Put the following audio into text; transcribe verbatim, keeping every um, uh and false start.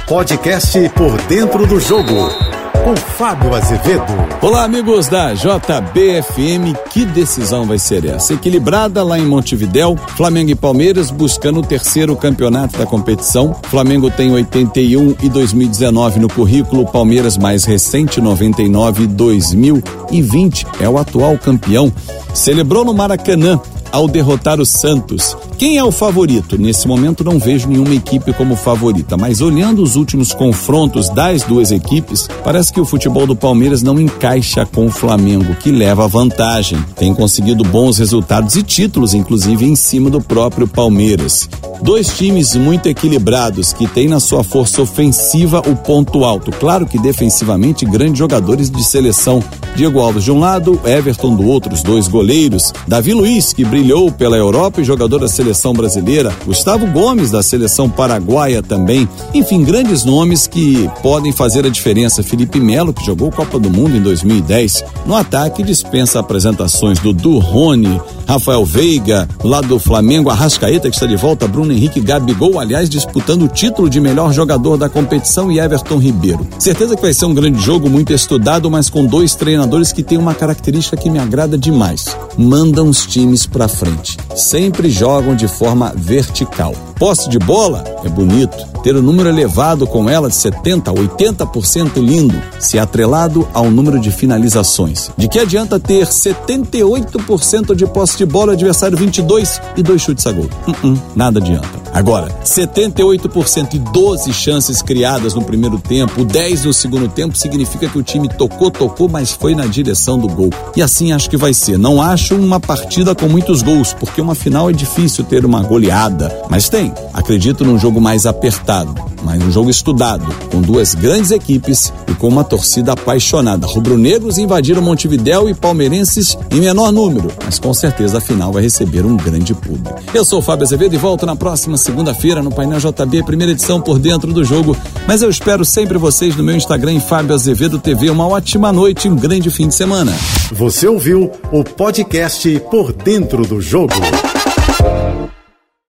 Podcast Por Dentro do Jogo, com Fábio Azevedo. Olá, amigos da J B F M. Que decisão vai ser essa? Equilibrada lá em Montevidéu, Flamengo e Palmeiras buscando o terceiro campeonato da competição. Flamengo tem oitenta e um e dois mil e dezenove no currículo, Palmeiras mais recente, noventa e nove e dois mil e vinte. É o atual campeão. Celebrou no Maracanã ao derrotar o Santos. Quem é o favorito? Nesse momento não vejo nenhuma equipe como favorita, mas olhando os últimos confrontos das duas equipes, parece que o futebol do Palmeiras não encaixa com o Flamengo, que leva vantagem. Tem conseguido bons resultados e títulos, inclusive em cima do próprio Palmeiras. Dois times muito equilibrados, que têm na sua força ofensiva o ponto alto. Claro que defensivamente grandes jogadores de seleção. Diego Alves de um lado, Everton do outro, os dois goleiros. Davi Luiz, que brilhou pela Europa e jogador da seleção brasileira. Gustavo Gomes, da seleção paraguaia também. Enfim, grandes nomes que podem fazer a diferença. Felipe Melo, que jogou Copa do Mundo em dois mil e dez. No ataque, dispensa apresentações do Du Rony, Rafael Veiga, lá do Flamengo, Arrascaeta, que está de volta, Bruno Henrique, Gabigol, aliás, disputando o título de melhor jogador da competição, e Everton Ribeiro. Certeza que vai ser um grande jogo, muito estudado, mas com dois treinadores que têm uma característica que me agrada demais. Mandam os times pra frente. Sempre jogam de forma vertical. Posse de bola é bonito. Ter o número elevado com ela de setenta por cento, oitenta por cento lindo, se atrelado ao número de finalizações. De que adianta ter setenta e oito por cento de posse de bola, adversário vinte e dois e dois chutes a gol? Uh-uh, nada adianta. Agora, setenta e oito por cento e doze chances criadas no primeiro tempo, dez no segundo tempo, significa que o time tocou, tocou, mas foi na direção do gol. E assim acho que vai ser. Não acho uma partida com muitos gols, porque uma final é difícil ter uma goleada, mas tem. Acredito num jogo mais apertado, mas um jogo estudado, com duas grandes equipes e com uma torcida apaixonada. Rubro-negros invadiram Montevidéu e palmeirenses em menor número, mas com certeza a final vai receber um grande público. Eu sou o Fábio Azevedo e volto na próxima segunda-feira no Painel J B, primeira edição Por Dentro do Jogo, mas eu espero sempre vocês no meu Instagram em Fábio Azevedo T V. Uma ótima noite e um grande fim de semana. Você ouviu o podcast Por Dentro do Jogo.